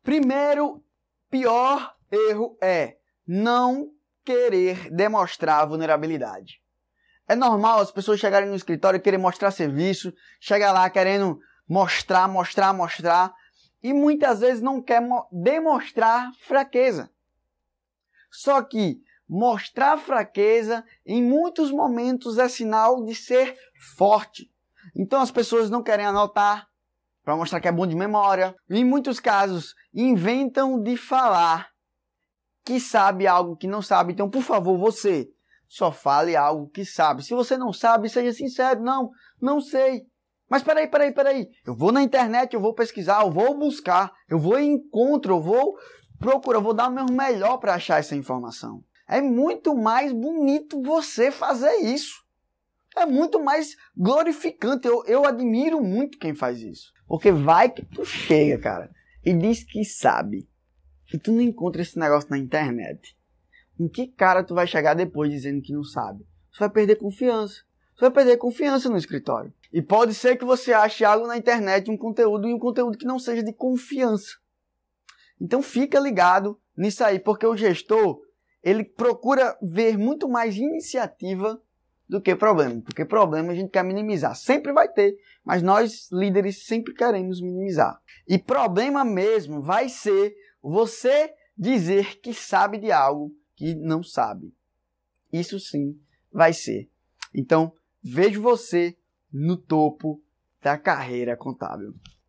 Primeiro, pior erro é não querer demonstrar vulnerabilidade. É normal as pessoas chegarem no escritório e querer mostrar serviço, chegar lá querendo mostrar, e muitas vezes não quer demonstrar fraqueza. Só que mostrar fraqueza em muitos momentos é sinal de ser forte. Então as pessoas não querem anotar para mostrar que é bom de memória. Em muitos casos, inventam de falar que sabe algo que não sabe. Então, por favor, você só fale algo que sabe. Se você não sabe, seja sincero. Não sei. Mas peraí. Eu vou na internet, eu vou pesquisar, eu vou buscar, eu vou em encontro, eu vou procurar, eu vou dar o meu melhor para achar essa informação. É muito mais bonito você fazer isso. É muito mais glorificante. Eu admiro muito quem faz isso. Porque vai que tu chega, cara, e diz que sabe. E tu não encontra esse negócio na internet. Em que cara tu vai chegar depois dizendo que não sabe? Você vai perder confiança. Você vai perder confiança no escritório. E pode ser que você ache algo na internet, um conteúdo que não seja de confiança. Então fica ligado nisso aí, porque o gestor, ele procura ver muito mais iniciativa do que problema. Porque problema a gente quer minimizar. Sempre vai ter, mas nós líderes sempre queremos minimizar. E problema mesmo vai ser você dizer que sabe de algo que não sabe. Isso sim vai ser. Então, vejo você no topo da carreira contábil.